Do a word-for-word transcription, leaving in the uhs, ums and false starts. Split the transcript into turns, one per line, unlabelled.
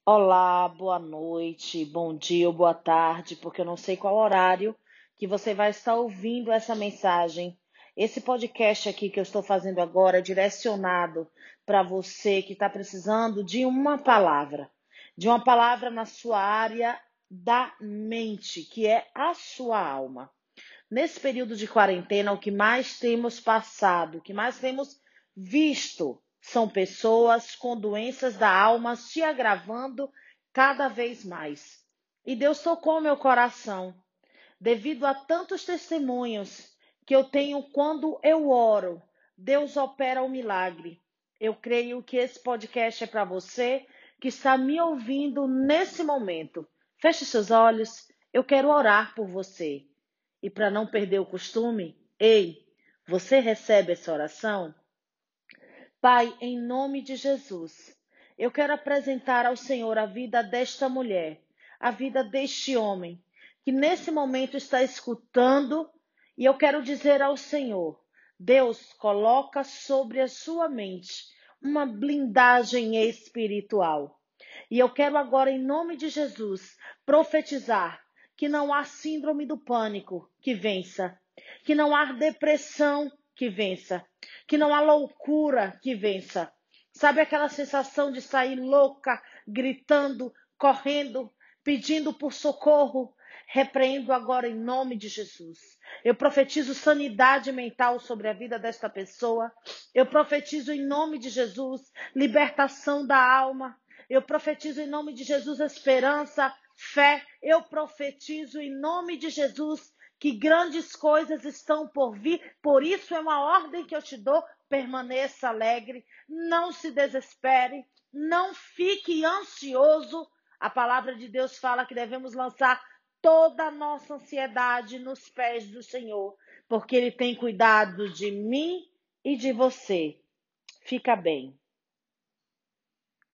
Olá, boa noite, bom dia ou boa tarde, porque eu não sei qual horário que você vai estar ouvindo essa mensagem. Esse podcast aqui que eu estou fazendo agora é direcionado para você que está precisando de uma palavra, de uma palavra na sua área da mente, que é a sua alma. Nesse período de quarentena, o que mais temos passado, o que mais temos visto são pessoas com doenças da alma se agravando cada vez mais. E Deus tocou meu coração, devido a tantos testemunhos que eu tenho quando eu oro. Deus opera o milagre. Eu creio que esse podcast é para você que está me ouvindo nesse momento. Feche seus olhos, eu quero orar por você. E para não perder o costume, ei, você recebe essa oração? Pai, em nome de Jesus, eu quero apresentar ao Senhor a vida desta mulher, a vida deste homem, que nesse momento está escutando, e eu quero dizer ao Senhor: Deus, coloca sobre a sua mente uma blindagem espiritual. E eu quero agora, em nome de Jesus, profetizar que não há síndrome do pânico que vença, que não há depressão que vença, que não há loucura que vença. Sabe aquela sensação de sair louca, gritando, correndo, pedindo por socorro? Repreendo agora em nome de Jesus. Eu profetizo sanidade mental sobre a vida desta pessoa. Eu profetizo em nome de Jesus libertação da alma. Eu profetizo em nome de Jesus esperança, fé. Eu profetizo em nome de Jesus que grandes coisas estão por vir. Por isso é uma ordem que eu te dou: permaneça alegre, não se desespere, não fique ansioso. A palavra de Deus fala que devemos lançar toda a nossa ansiedade nos pés do Senhor, porque Ele tem cuidado de mim e de você. Fica bem.